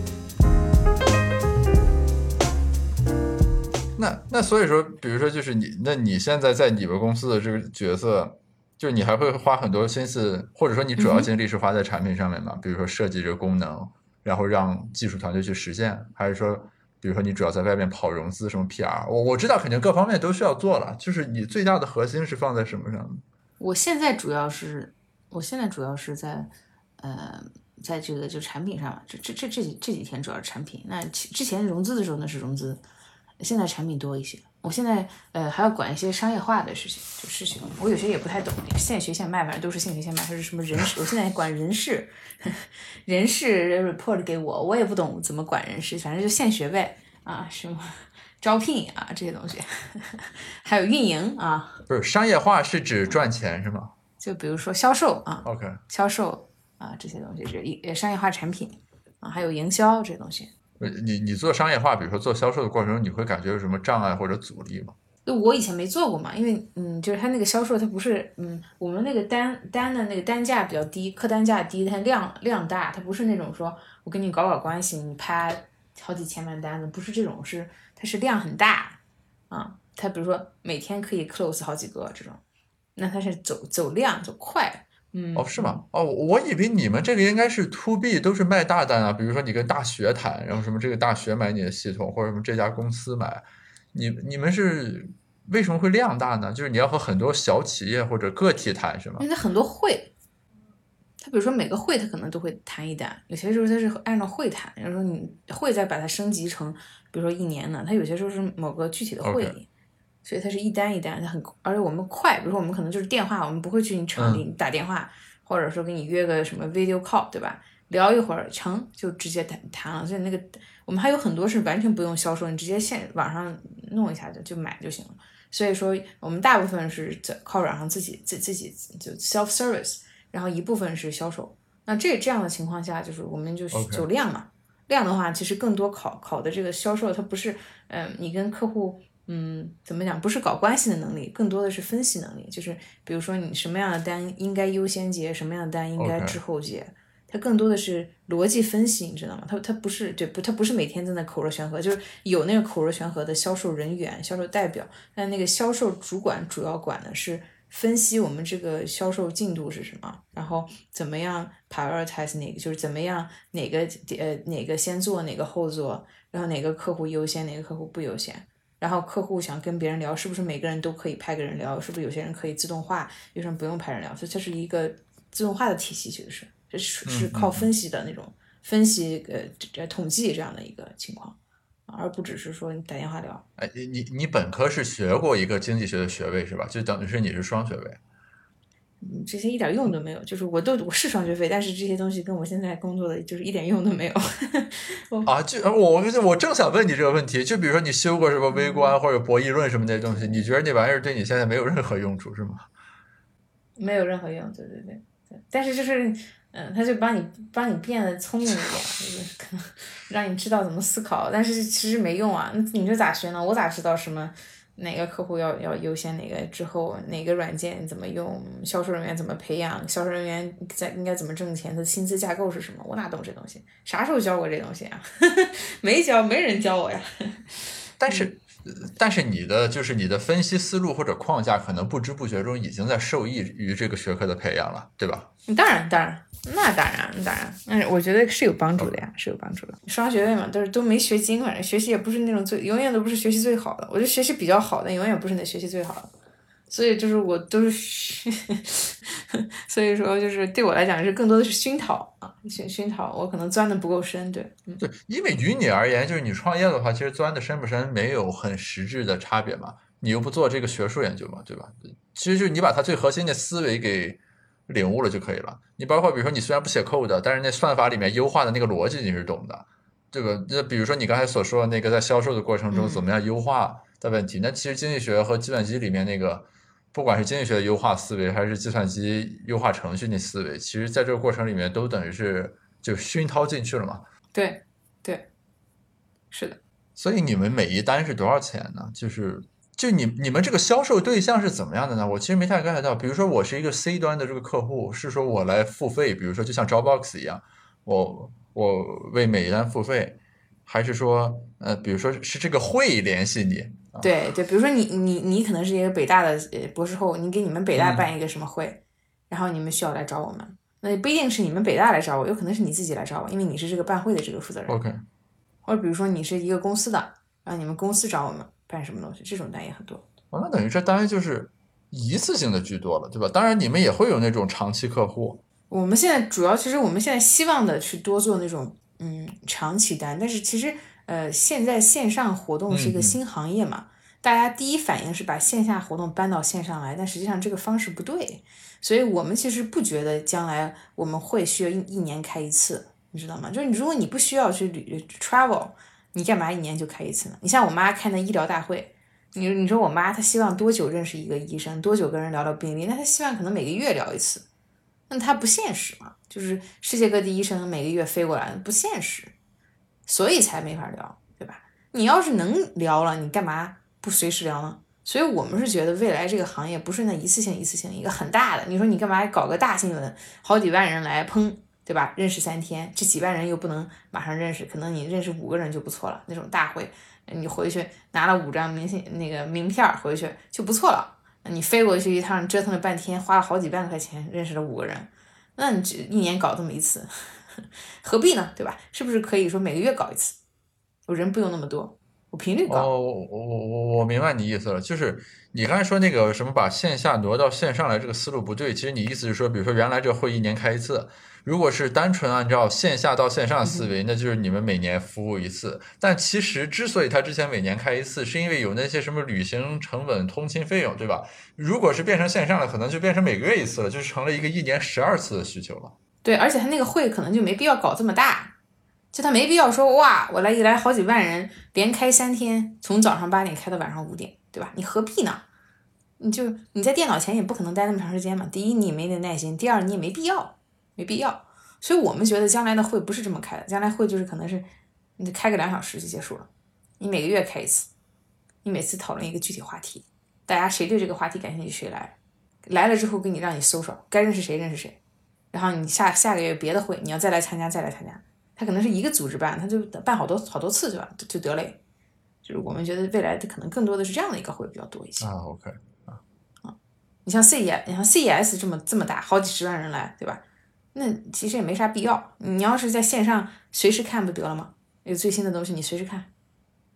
Speaker 2: 那那所以说，比如说就是你，那你现在在你们公司的这个角色。就你还会花很多心思，或者说你主要精力是花在产品上面吗？嗯、比如说设计这个功能，然后让技术团队去实现，还是说，比如说你主要在外面跑融资什么 P R？ 我我知道肯定各方面都需要做了，就是你最大的核心是放在什么上？
Speaker 3: 我现在主要是，我现在主要是在，呃，在这个就产品上，这这这这几这几天主要是产品。那之前融资的时候呢是融资，现在产品多一些。我现在呃还要管一些商业化的事情，就事情我有些也不太懂，现学现卖，反正都是现学现卖，还是什么人事，我现在管人事，人事 report 给我，我也不懂怎么管人事，反正就现学呗啊，什么招聘啊这些东西，还有运营啊。
Speaker 2: 不是商业化是指赚钱是吗？
Speaker 3: 就比如说销售啊
Speaker 2: ，OK，
Speaker 3: 销售啊这些东西是一商业化产品啊，还有营销这些东西。
Speaker 2: 你你做商业化，比如说做销售的过程中，你会感觉有什么障碍或者阻力吗？
Speaker 3: 我以前没做过嘛，因为嗯，就是它那个销售，它不是嗯，我们那个单单的那个单价比较低，客单价低，它量量大，它不是那种说我跟你搞搞关系，你拍好几千万单子，不是这种，是它是量很大啊，它比如说每天可以 close 好几个这种，那它是走走量走快。嗯，
Speaker 2: 哦，是吗？哦，我以为你们这个应该是 to B， 都是卖大单啊，比如说你跟大学谈，然后什么这个大学买你的系统，或者什么这家公司买，你你们是为什么会量大呢？就是你要和很多小企业或者个体谈，是吗？
Speaker 3: 因为它很多会，它比如说每个会它可能都会谈一单，有些时候它是按照会谈，有时候你会再把它升级成，比如说一年呢，它有些时候是某个具体的会议。Okay.所以它是一单一单，它很，而且我们快，比如说我们可能就是电话，我们不会去你厂里打电话，嗯、或者说给你约个什么 video call， 对吧？聊一会儿成就直接谈谈了。所以那个我们还有很多是完全不用销售，你直接线网上弄一下就就买就行了。所以说我们大部分是靠网上自己自自己就 self service， 然后一部分是销售。那这这样的情况下，就是我们就就量嘛， okay. 量的话，其实更多考考的这个销售，它不是嗯、呃、你跟客户。嗯，怎么讲？不是搞关系的能力，更多的是分析能力。就是比如说，你什么样的单应该优先接，什么样的单应该滞后接， okay. 它更多的是逻辑分析，你知道吗？它它不是对不？它不是每天在那口若悬河，就是有那个口若悬河的销售人员、销售代表，但那个销售主管主要管的是分析我们这个销售进度是什么，然后怎么样 prioritize 哪个，就是怎么样哪个呃哪个先做，哪个后做，然后哪个客户优先，哪个客户不优先。 然后客户想跟别人聊，是不是每个人都可以派个人聊？是不是有些人可以自动化，有些人不用派人聊？所以这是一个自动化的体系，其实是这是是靠分析的那种、嗯、分析呃这统计这样的一个情况，而不只是说你打电话聊。
Speaker 2: 哎，你你本科是学过一个经济学的学位是吧？就等于是你是双学位。
Speaker 3: 嗯，这些一点用都没有，就是我都我是双学位，但是这些东西跟我现在工作的就是一点用都没有。
Speaker 2: 啊，就我我正想问你这个问题，就比如说你修过什么微观或者博弈论什么那些东西，你觉得那玩意儿对你现在没有任何用处是吗？
Speaker 3: 没有任何用，对对对对。但是就是，嗯，他就帮你帮你变得聪明一点，就是可能让你知道怎么思考，但是其实没用啊。你这咋学呢？我咋知道什么？哪个客户要要优先哪个，之后哪个软件怎么用，销售人员怎么培养，销售人员在应该怎么挣钱，他的薪资架构是什么？我哪懂这东西？啥时候教过这东西啊？没教，没人教我呀。
Speaker 2: 但是，但是你的就是你的分析思路或者框架，可能不知不觉中已经在受益于这个学科的培养了，对吧？
Speaker 3: 当然，当然。那当然，当然，嗯，我觉得是有帮助的呀，是有帮助的。双学位嘛，都是都没学精，反正学习也不是那种最，永远都不是学习最好的。我觉得学习比较好的，永远不是那学习最好的。所以就是我都是，所以说就是对我来讲是更多的是熏陶啊，熏熏陶。我可能钻的不够深，对，
Speaker 2: 嗯，对，因为于你而言，就是你创业的话，其实钻的深不深没有很实质的差别嘛，你又不做这个学术研究嘛，对吧？其实就是你把它最核心的思维给领悟了就可以了。你包括比如说你虽然不写 code， 但是那算法里面优化的那个逻辑你是懂的，对吧？那比如说你刚才所说的那个在销售的过程中怎么样优化的问题，嗯、那其实经济学和计算机里面那个，不管是经济学的优化思维还是计算机优化程序那思维，其实在这个过程里面都等于是就熏陶进去了嘛。
Speaker 3: 对对，是的。
Speaker 2: 所以你们每一单是多少钱呢？就是就你你们这个销售对象是怎么样的呢？我其实没太 get 到。比如说我是一个 C 端的这个客户，是说我来付费，比如说就像 Dropbox 一样，我我为每一单付费，还是说呃，比如说是这个会联系你？
Speaker 3: 啊、对对，比如说你你你可能是一个北大的博士后，你给你们北大办一个什么会，嗯、然后你们需要来找我们，那不一定是你们北大来找我，有可能是你自己来找我，因为你是这个办会的这个负责人。
Speaker 2: OK。
Speaker 3: 或者比如说你是一个公司的，然后你们公司找我们办什么东西，这种单也很多。
Speaker 2: 哦，那等于这单就是一次性的居多了，对吧？当然你们也会有那种长期客户。
Speaker 3: 我们现在主要其实我们现在希望的去多做那种嗯长期单，但是其实呃现在线上活动是一个新行业嘛，嗯、大家第一反应是把线下活动搬到线上来，但实际上这个方式不对，所以我们其实不觉得将来我们会需要一一年开一次。你知道吗？就是如果你不需要去旅 travel， 你干嘛一年就开一次呢？你像我妈开那医疗大会，你你说我妈她希望多久认识一个医生，多久跟人聊聊病例，那她希望可能每个月聊一次，那她不现实嘛？就是世界各地医生每个月飞过来不现实，所以才没法聊，对吧？你要是能聊了，你干嘛不随时聊呢？所以我们是觉得未来这个行业不是那一次性一次性一个很大的，你说你干嘛搞个大新闻，好几万人来砰，对吧？认识三天，这几万人又不能马上认识，可能你认识五个人就不错了。那种大会，你回去拿了五张明信那个名片回去就不错了。你飞过去一趟，折腾了半天，花了好几万块钱，认识了五个人，那你这一年搞这么一次，何必呢？对吧？是不是可以说每个月搞一次？我人不用那么多，我频率高。
Speaker 2: 哦，我我我我明白你意思了，就是你刚才说那个什么把线下挪到线上来这个思路不对，其实你意思是说，比如说原来这个会一年开一次。如果是单纯按照线下到线上思维，那就是你们每年服务一次。但其实之所以他之前每年开一次，是因为有那些什么旅行成本、通勤费用，对吧？如果是变成线上了，可能就变成每个月一次了，就是成了一个一年十二次的需求了。
Speaker 3: 对，而且他那个会可能就没必要搞这么大，就他没必要说哇，我来一来好几万人，连开三天，从早上八点开到晚上五点，对吧？你何必呢？你就你在电脑前也不可能待那么长时间嘛。第一，你也没那耐心；第二，你也没必要。没必要，所以我们觉得将来的会不是这么开的，将来会就是可能是你开个两小时就结束了，你每个月开一次，你每次讨论一个具体话题，大家谁对这个话题感兴趣谁来，来了之后给你让你搜索，该认识谁认识谁，然后你下下个月别的会你要再来参加再来参加，他可能是一个组织办，他就办好多好多次就就得嘞，就是我们觉得未来的可能更多的是这样的一个会比较多一些
Speaker 2: 啊 OK 啊
Speaker 3: 啊，你像 C E S 你像 C E S 这么这么大，好几十万人来，对吧？那其实也没啥必要，你要是在线上随时看不得了吗？有最新的东西你随时看，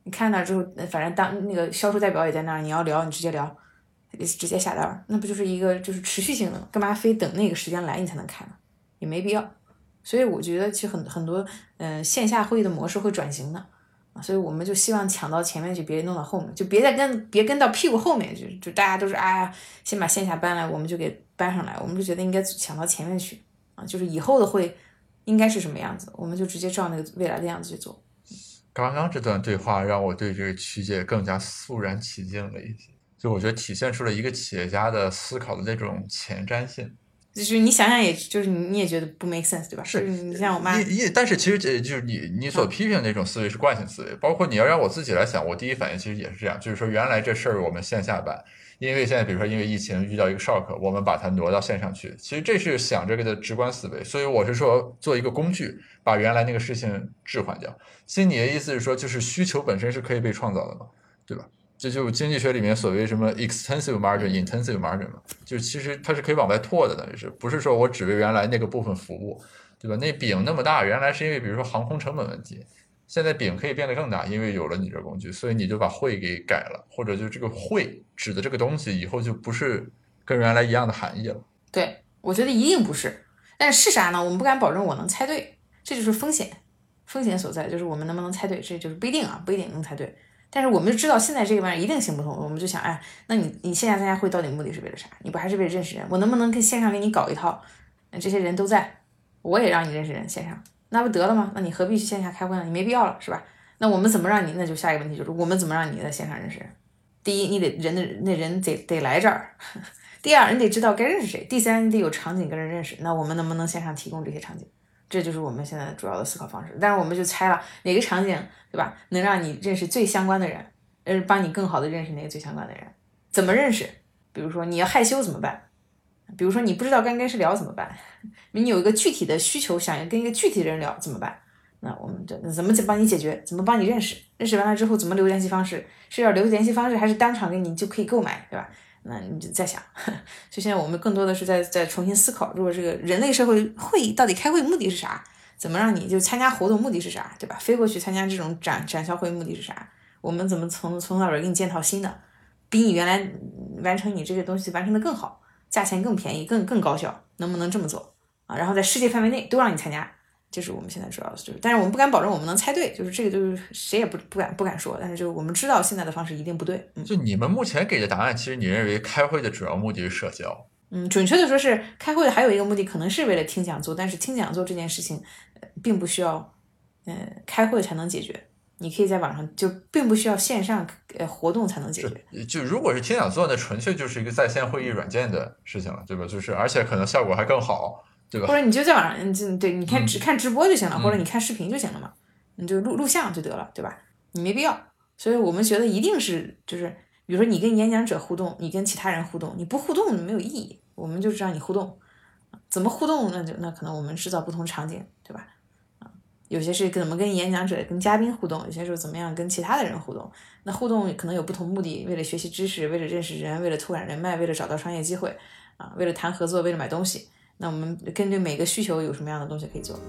Speaker 3: 你看那之后，反正当那个销售代表也在那儿，你要聊你直接聊，直接下单，那不就是一个就是持续性的？干嘛非等那个时间来你才能看呢？也没必要。所以我觉得其实很很多嗯、呃、线下会议的模式会转型的啊，所以我们就希望抢到前面去，别弄到后面，就别再跟别跟到屁股后面，就就大家都是哎呀，先把线下搬来，我们就给搬上来，我们就觉得应该抢到前面去啊，就是以后的会应该是什么样子，我们就直接照那个未来的样子去做。
Speaker 2: 刚刚这段对话让我对这个曲解更加肃然起敬了一些，就我觉得体现出了一个企业家的思考的那种前瞻性。
Speaker 3: 就是你想想，也就是你也觉得不 make sense 对吧？
Speaker 2: 是，
Speaker 3: 就是你像我妈，
Speaker 2: 一一，但是其实这就是你你所批评的那种思维是惯性思维，包括你要让我自己来想，我第一反应其实也是这样，就是说原来这事儿我们线下办，因为现在比如说因为疫情遇到一个 shock，我们把它挪到线上去，其实这是想这个的直观思维，所以我是说做一个工具，把原来那个事情置换掉。其实你的意思是说，就是需求本身是可以被创造的嘛，对吧？这就经济学里面所谓什么 extensive margin、intensive margin 嘛，就是其实它是可以往外拓的，等于是不是说我只为原来那个部分服务，对吧？那饼那么大，原来是因为比如说航空成本问题，现在饼可以变得更大，因为有了你这工具，所以你就把会给改了，或者就这个会指的这个东西以后就不是跟原来一样的含义了。
Speaker 3: 对，我觉得一定不是，但是是啥呢？我们不敢保证我能猜对，这就是风险，风险所在，就是我们能不能猜对，这就是不一定啊，不一定能猜对。但是我们就知道现在这个玩意儿一定行不通，我们就想，哎，那你你线下参加会到底目的是为了啥？你不还是为了认识人？我能不能跟线上给你搞一套？这些人都在，我也让你认识人，线上那不得了吗？那你何必去线下开会呢？你没必要了，是吧？那我们怎么让你？那就下一个问题就是我们怎么让你在线上认识人？第一，你得人的那人得得来这儿；第二，你得知道该认识谁；第三，你得有场景跟人认识。那我们能不能线上提供这些场景？这就是我们现在主要的思考方式。但是我们就猜了哪个场景，对吧？能让你认识最相关的人，呃，帮你更好的认识那个最相关的人。怎么认识？比如说你要害羞怎么办？比如说你不知道跟跟谁聊怎么办？你有一个具体的需求，想要跟一个具体的人聊怎么办？那我们这怎么帮你解决？怎么帮你认识？认识完了之后怎么留联系方式？是要留联系方式，还是当场给你就可以购买，对吧？那你就在想，所以现在我们更多的是在在重新思考，如果这个人类社会会议到底开会目的是啥？怎么让你就参加活动目的是啥？对吧？飞过去参加这种展展销会目的是啥？我们怎么从从头到尾给你建套新的，比你原来完成你这个东西完成的更好，价钱更便宜，更更高效，能不能这么做啊？然后在世界范围内都让你参加。这是我们现在主要的，就是，但是我们不敢保证我们能猜对，就是这个就是谁也不不敢不敢说，但是就我们知道现在的方式一定不对。嗯，
Speaker 2: 就你们目前给的答案，其实你认为开会的主要目的是社交？
Speaker 3: 嗯，准确的说是开会的还有一个目的，可能是为了听讲座，但是听讲座这件事情，呃、并不需要，呃，开会才能解决。你可以在网上，就并不需要线上呃活动才能解决。
Speaker 2: 就如果是听讲座，那纯粹就是一个在线会议软件的事情了，对吧？就是而且可能效果还更好。对吧？
Speaker 3: 或者你就在网上，就对，你看只看直播就行了，
Speaker 2: 嗯、
Speaker 3: 或者你看视频就行了嘛，你就录录像就得了，对吧？你没必要。所以我们觉得一定是就是，比如说你跟演讲者互动，你跟其他人互动，你不互动没有意义。我们就知道你互动，怎么互动？那就那可能我们制造不同场景，对吧？啊，有些是怎么跟演讲者、跟嘉宾互动，有些时候怎么样跟其他的人互动。那互动可能有不同目的，为了学习知识，为了认识人，为了拓展人脉，为了找到商业机会啊，为了谈合作，为了买东西。那我们根据每个需求有什么样的东西可以做？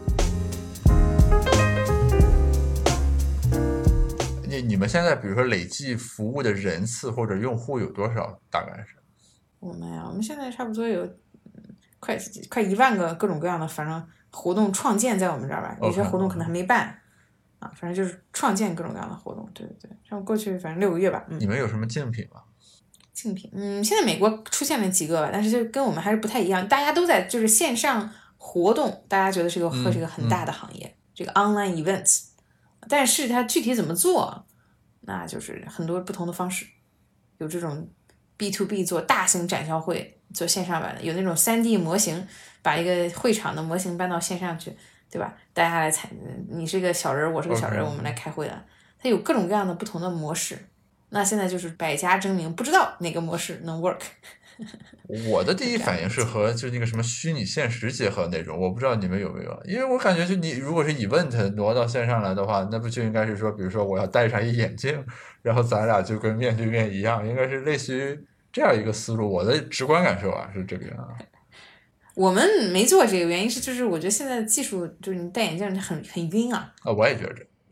Speaker 2: 你你们现在比如说累计服务的人次或者用户有多少？大概是？
Speaker 3: 我们呀，我们现在差不多有快快一万个各种各样的，反正活动创建在我们这儿吧。有些活动可能还没办、okay. 啊，反正就是创建各种各样的活动。对对对，像过去反正六个月吧。嗯，
Speaker 2: 你们有什么竞品吗？
Speaker 3: 竞品，嗯，现在美国出现了几个吧，但是就跟我们还是不太一样。大家都在就是线上活动，大家觉得是个会是个很大的行业，嗯嗯、这个 online events， 但是它具体怎么做，那就是很多不同的方式。有这种 B to B 做大型展销会，做线上版的，有那种 三 D 模型，把一个会场的模型搬到线上去，对吧？大家来参，你是个小人，我是个小人，
Speaker 2: okay.
Speaker 3: 我们来开会的。它有各种各样的不同的模式。那现在就是百家争鸣，不知道哪个模式能 work。
Speaker 2: 我的第一反应是和就那个什么虚拟现实结合那种，我不知道你们有没有，因为我感觉就你如果是 event 挪到线上来的话，那不就应该是说，比如说我要戴上一眼镜，然后咱俩就跟面对面一样，应该是类似于这样一个思路。我的直观感受啊是这个样。
Speaker 3: 我们没做这个，原因是就是我觉得现在技术就是你戴眼镜很很晕啊。
Speaker 2: 啊，我也觉得这。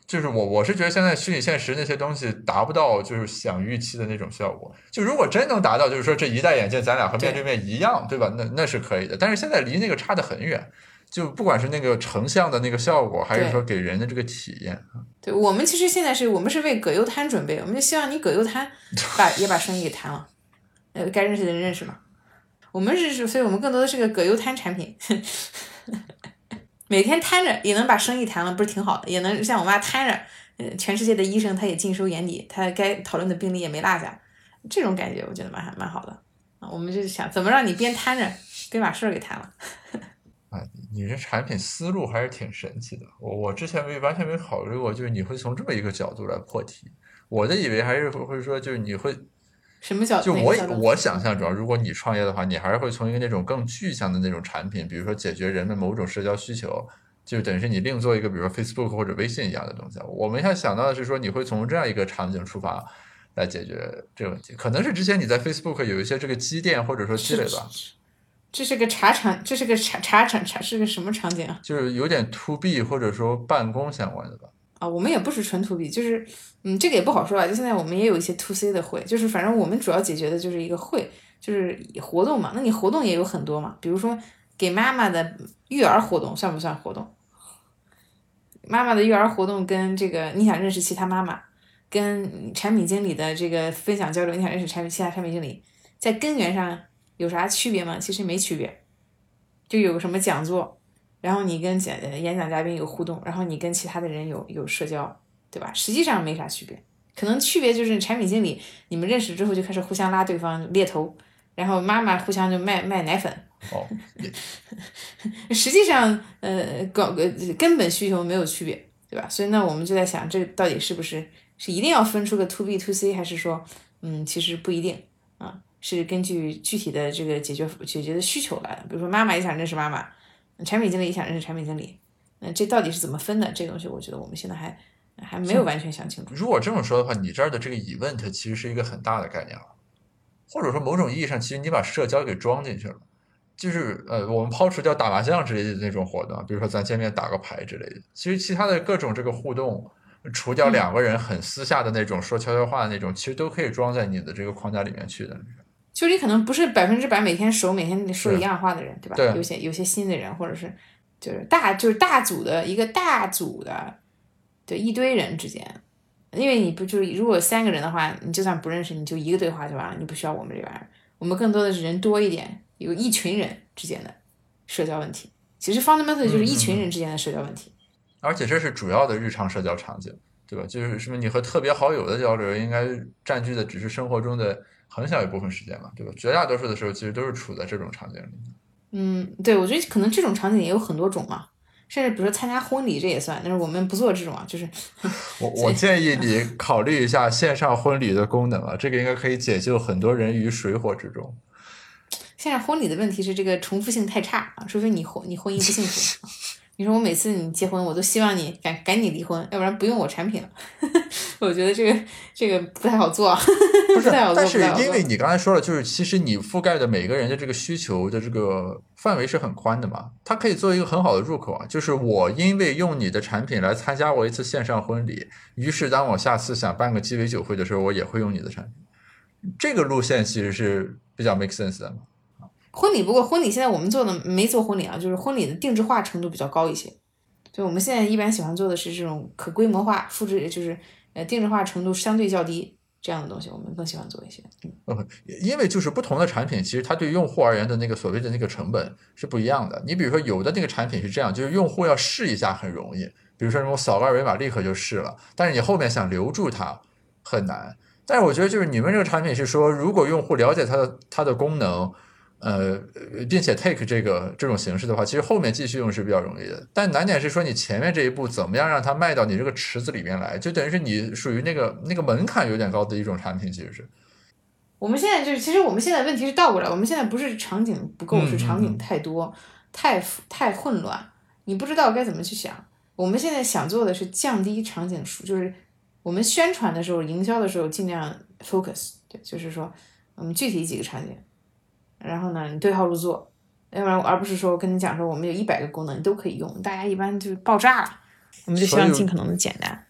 Speaker 2: 就是我我是觉得现在虚拟现实那些东西达不到就是想预期的那种效果。就如果真能达到，就是说这一戴眼镜咱俩和面对面一样， 对, 对吧？那那是可以的。但是现在离那个差得很远，就不管是那个成像的那个效果，还是说给人的这个体验。
Speaker 3: 对，我们其实现在是我们是为葛优瘫准备，我们就希望你葛优瘫把也把生意给谈了，呃，该认识的人认识嘛。我们是，所以我们更多的是个葛优瘫产品。每天摊着也能把生意谈了，不是挺好的？也能像我妈摊着，呃，全世界的医生他也尽收眼底，他该讨论的病例也没落下，这种感觉我觉得蛮蛮好的啊。我们就是想怎么让你边摊着边把事儿给谈了。
Speaker 2: 哎，你这产品思路还是挺神奇的，我我之前没完全没考虑过，就是你会从这么一个角度来破题。我的以为还是会说，就是你会
Speaker 3: 什么角度？
Speaker 2: 就我我想象中，如果你创业的话，你还是会从一个那种更具象的那种产品，比如说解决人们某种社交需求，就等于是你另做一个，比如说 Facebook 或者微信一样的东西。我们现在想到的是说，你会从这样一个场景出发来解决这个问题。可能是之前你在 Facebook 有一些这个积淀或者说积累吧。
Speaker 3: 这是个茶场，这是个茶茶场茶是个什么场景啊？
Speaker 2: 就是有点 to B 或者说办公相关的吧。
Speaker 3: 啊，我们也不是纯 to B， 就是嗯，这个也不好说啊。就现在我们也有一些 to C 的会，就是反正我们主要解决的就是一个会，就是活动嘛。那你活动也有很多嘛，比如说给妈妈的育儿活动算不算活动？妈妈的育儿活动跟这个你想认识其他妈妈，跟产品经理的这个分享交流，你想认识产品其他产品经理，在根源上有啥区别吗？其实没区别，就有个什么讲座。然后你跟演讲嘉宾有互动，然后你跟其他的人有有社交，对吧？实际上没啥区别，可能区别就是产品经理你们认识之后就开始互相拉对方猎头，然后妈妈互相就卖卖奶粉。
Speaker 2: 哦，
Speaker 3: 实际上呃根本需求没有区别，对吧？所以呢我们就在想，这到底是不是是一定要分出个 to B to C， 还是说嗯其实不一定啊，是根据具体的这个解决解决的需求来的。比如说妈妈也想认识妈妈，产品经理也想认识产品经理，那这到底是怎么分的？这个东西我觉得我们现在还还没有完全想清楚。
Speaker 2: 如果这么说的话，你这儿的这个 event 其实是一个很大的概念了，或者说某种意义上，其实你把社交给装进去了。就是呃，我们抛除掉打麻将之类的那种活动，比如说咱见面打个牌之类的，其实其他的各种这个互动，除掉两个人很私下的那种说悄悄话的那种，嗯、其实都可以装在你的这个框架里面去的。
Speaker 3: 就你可能不是百分之百每天熟每天说一样话的人，对吧？
Speaker 2: 对，
Speaker 3: 有些有些新的人，或者是就是大就是大组的一个大组的，对一堆人之间，因为你不就是如果三个人的话，你就算不认识，你就一个对话就完了，你不需要我们这玩意儿。我们更多的是人多一点，有一群人之间的社交问题。其实 fundamental 就是一群人之间的社交问题，
Speaker 2: 嗯嗯嗯，而且这是主要的日常社交场景，对吧？就是什么你和特别好友的交流，应该占据的只是生活中的很小一部分时间嘛，对吧？绝大多数的时候其实都是处在这种场景里。
Speaker 3: 嗯，对，我觉得可能这种场景也有很多种嘛，甚至比如说参加婚礼这也算，但是我们不做这种啊，就是
Speaker 2: 我我建议你考虑一下线上婚礼的功能啊，这个应该可以解救很多人于水火之中。
Speaker 3: 现在婚礼的问题是这个重复性太差啊，除非你婚你婚姻不幸福。你说我每次你结婚，我都希望你赶赶紧离婚，要不然不用我产品了。我觉得这个这个不太好做，
Speaker 2: 不是
Speaker 3: 不太好做。
Speaker 2: 但是因为你刚才说了，就是其实你覆盖的每个人的这个需求的这个范围是很宽的嘛，它可以做一个很好的入口啊。就是我因为用你的产品来参加过一次线上婚礼，于是当我下次想办个鸡尾酒会的时候，我也会用你的产品。这个路线其实是比较 make sense 的嘛。
Speaker 3: 婚礼不过婚礼现在我们做的没做婚礼啊，就是婚礼的定制化程度比较高一些，所以我们现在一般喜欢做的是这种可规模化复制，就是呃定制化程度相对较低这样的东西，我们更喜欢做一些。
Speaker 2: 嗯，因为就是不同的产品，其实它对用户而言的那个所谓的那个成本是不一样的。你比如说有的那个产品是这样，就是用户要试一下很容易，比如说我扫个二维码立刻就试了，但是你后面想留住它很难。但是我觉得就是你们这个产品是说，如果用户了解它的它的功能，呃，并且 take 这个这种形式的话，其实后面继续用是比较容易的。但难点是说你前面这一步怎么样让它卖到你这个池子里面来，就等于是你属于那个那个门槛有点高的一种产品。其实是
Speaker 3: 我们现在就是，其实我们现在问题是倒过来，我们现在不是场景不够，是场景太多，嗯嗯太太混乱，你不知道该怎么去想。我们现在想做的是降低场景数，就是我们宣传的时候、营销的时候尽量 focus， 对，就是说我们具体几个场景。然后呢，你对号入座，要不然而不是说跟你讲说我们有一百个功能你都可以用，大家一般就爆炸了。我们就希望尽可能的简单。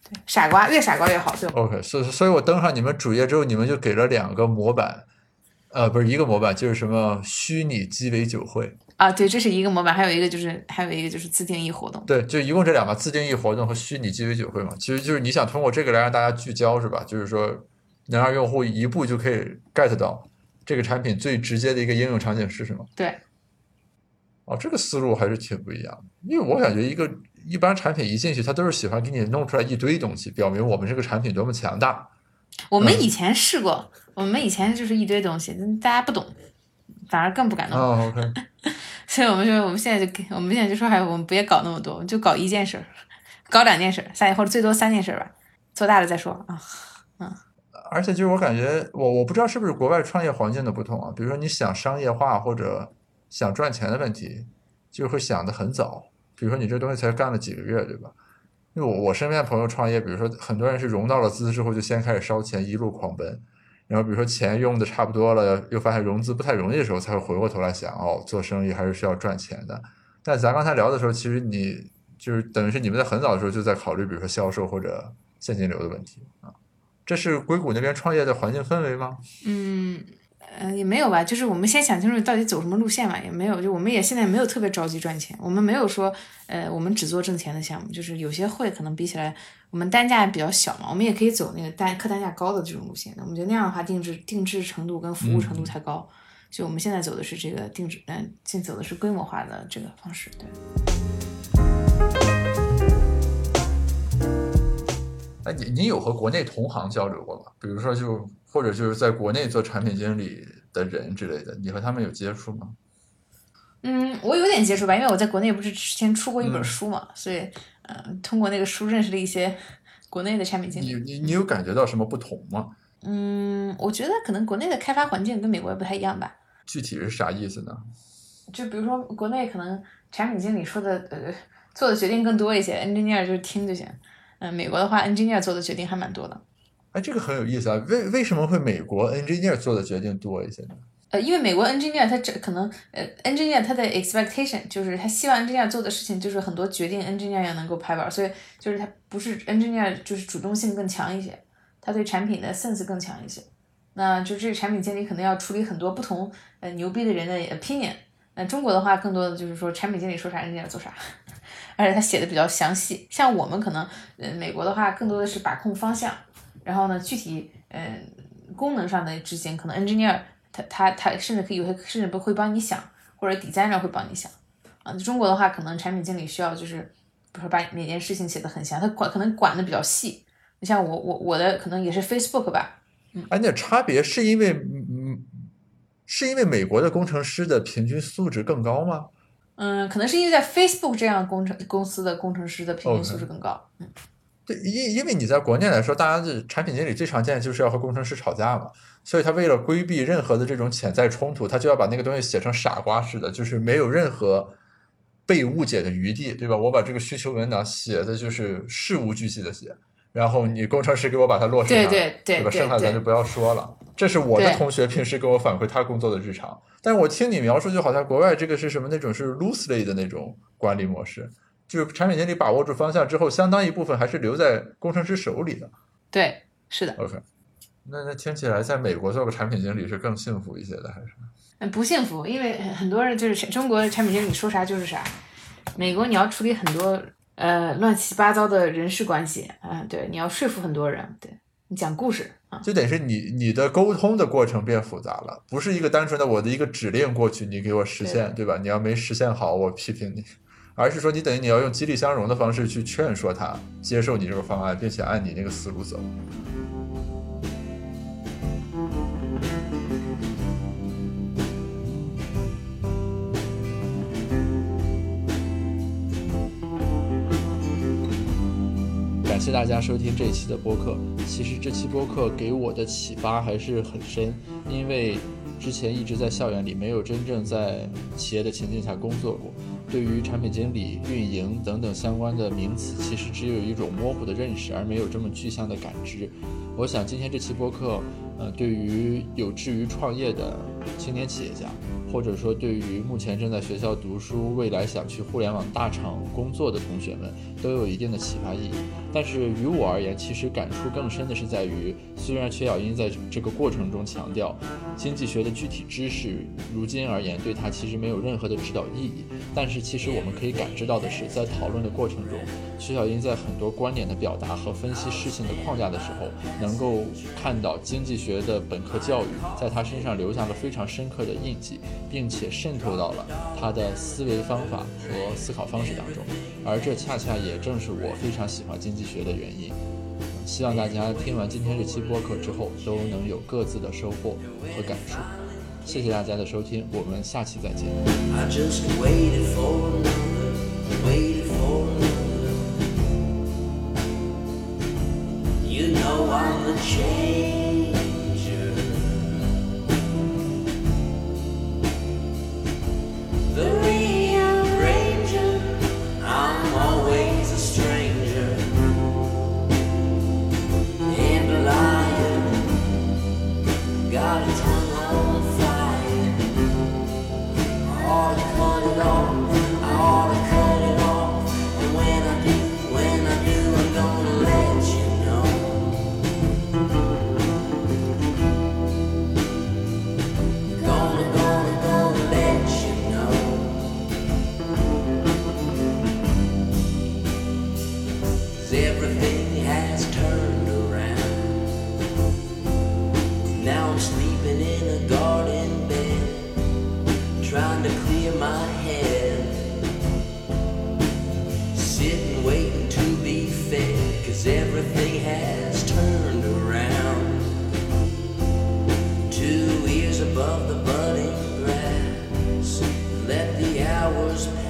Speaker 3: 对，傻瓜越傻瓜越好，对。
Speaker 2: OK， 所以所以我登上你们主页之后，你们就给了两个模板，呃，不是一个模板，就是什么虚拟鸡尾酒会
Speaker 3: 啊，对，这是一个模板，还有一个就是还有一个就是自定义活动。
Speaker 2: 对，就一共这两个自定义活动和虚拟鸡尾酒会嘛，其实就是你想通过这个来让大家聚焦是吧？就是说能让用户一步就可以 get 到这个产品最直接的一个应用场景是什么？
Speaker 3: 对。
Speaker 2: 哦，这个思路还是挺不一样的，因为我感觉一个一般产品一进去，它都是喜欢给你弄出来一堆东西，表明我们这个产品多么强大。
Speaker 3: 我们以前试过，嗯、我们以前就是一堆东西，大家不懂，反而更不敢弄。
Speaker 2: 哦 OK
Speaker 3: 所以我们说，我们现在就我们现在就说，还我们别搞那么多，我们就搞一件事，搞两件事，三或者最多三件事吧，做大了再说啊。嗯。
Speaker 2: 而且就是我感觉，我我不知道是不是国外创业环境的不同啊，比如说你想商业化或者想赚钱的问题，就会想得很早。比如说你这东西才干了几个月，对吧？因为我我身边的朋友创业，比如说很多人是融到了资之后就先开始烧钱，一路狂奔。然后比如说钱用的差不多了，又发现融资不太容易的时候，才会回过头来想，哦，做生意还是需要赚钱的。但咱刚才聊的时候，其实你就是等于是你们在很早的时候就在考虑，比如说销售或者现金流的问题啊。这是硅谷那边创业的环境氛围吗？
Speaker 3: 嗯，呃，也没有吧，就是我们先想清楚到底走什么路线嘛，也没有，就我们也现在没有特别着急赚钱，我们没有说，呃，我们只做挣钱的项目，就是有些会可能比起来，我们单价比较小嘛，我们也可以走那个单客单价高的这种路线，我们觉得那样的话定制定制程度跟服务程度太高，嗯、所以我们现在走的是这个定制，嗯、呃，现走的是规模化的这个方式，对。
Speaker 2: 哎，你你有和国内同行交流过吗？比如说就或者就是在国内做产品经理的人之类的，你和他们有接触吗？
Speaker 3: 嗯，我有点接触吧，因为我在国内不是之前出过一本书嘛，嗯、所以呃，通过那个书认识了一些国内的产品经理。
Speaker 2: 你你你有感觉到什么不同吗？
Speaker 3: 嗯，我觉得可能国内的开发环境跟美国不太一样吧。
Speaker 2: 具体是啥意思呢？
Speaker 3: 就比如说国内可能产品经理说的呃做的决定更多一些 ，engineer 就是听就行。嗯、呃，美国的话 ，engineer 做的决定还蛮多的。
Speaker 2: 哎，这个很有意思啊，为为什么会美国 engineer 做的决定多一些呢？
Speaker 3: 呃，因为美国 engineer 他这可能呃 engineer 他的 expectation 就是他希望 engineer 做的事情就是很多决定 engineer 要能够拍板，所以就是他不是 engineer 就是主动性更强一些，他对产品的 sense 更强一些。那就这个产品经理可能要处理很多不同呃牛逼的人的 opinion。那中国的话，更多的就是说产品经理说啥 engineer 做啥，而且他写的比较详细。像我们可能呃美国的话，更多的是把控方向，然后呢具体呃功能上的执行，可能 engineer。他他他甚至可以有些甚至不会帮你想，或者 designer 会帮你想啊。中国的话，可能产品经理需要就是，比如说把每件事情写得很详，他管可能管的比较细。你像我我我的可能也是 Facebook 吧。
Speaker 2: 嗯，哎，那差别是因为嗯，是因为美国的工程师的平均素质更高吗？
Speaker 3: 嗯，可能是因为在 Facebook 这样工程公司的工程师的平均素质更高。
Speaker 2: Okay. 嗯。对，因因为你在国内来说，大家的产品经理最常见的就是要和工程师吵架嘛，所以他为了规避任何的这种潜在冲突，他就要把那个东西写成傻瓜式的，就是没有任何被误解的余地，对吧？我把这个需求文档写的就是事无巨细的写，然后你工程师给我把它落实上，
Speaker 3: 对对对，
Speaker 2: 对吧？剩下咱就不要说了。这是我的同学平时跟我反馈他工作的日常，但是我听你描述，就好像国外这个是什么那种是 loosely 的那种管理模式。就是产品经理把握住方向之后，相当一部分还是留在工程师手里的。
Speaker 3: 对，是的。
Speaker 2: OK， 那那听起来在美国做个产品经理是更幸福一些的，还是？
Speaker 3: 嗯，不幸福，因为很多人就是中国产品经理说啥就是啥，美国你要处理很多呃乱七八糟的人事关系啊、呃，对，你要说服很多人，对你讲故事啊，
Speaker 2: 就等于是你你的沟通的过程变复杂了，不是一个单纯的我的一个指令过去，你给我实现， 对, 对吧？你要没实现好，我批评你。而是说你等于你要用激励相容的方式去劝说他接受你这个方案，并且按你那个思路走。感谢大家收听这一期的播客。其实这期播客给我的启发还是很深，因为之前一直在校园里，没有真正在企业的情境下工作过，对于产品经理、运营等等相关的名词，其实只有一种模糊的认识，而没有这么具象的感知。我想今天这期播客，呃，对于有志于创业的青年企业家，或者说对于目前正在学校读书、未来想去互联网大厂工作的同学们，都有一定的启发意义。 但是于我而言，其实感触更深的是在于，虽然瞿晓英在这个过程中强调经济学的具体知识，如今而言对他其实没有任何的指导意义，但是其实我们可以感知到的是，在讨论的过程中，瞿晓英在很多观点的表达和分析事情的框架的时候，能够看到经济学的本科教育在他身上留下了非常深刻的印记，并且渗透到了他的思维方法和思考方式当中，而这恰恰也正是我非常喜欢经济学的原因。希望大家听完今天这期播客之后都能有各自的收获和感触。谢谢大家的收听，我们下期再见。I just waited for another, waited for another. You know I'm the changer, the rearranger. I'm always a stranger and a liar. Got a tongue on fire. I ought to cut it off. I ought to cut it off. And when I do, when I do, I'm gonna let you know. Gonna, gonna, gonna let you know. 'Cause everything has turned around. Now I'm sleeping in a garden bed, trying to clear my head, sitting waiting to be fed, 'cause everything has turned around. Two ears above the budding grass, let the hours pass.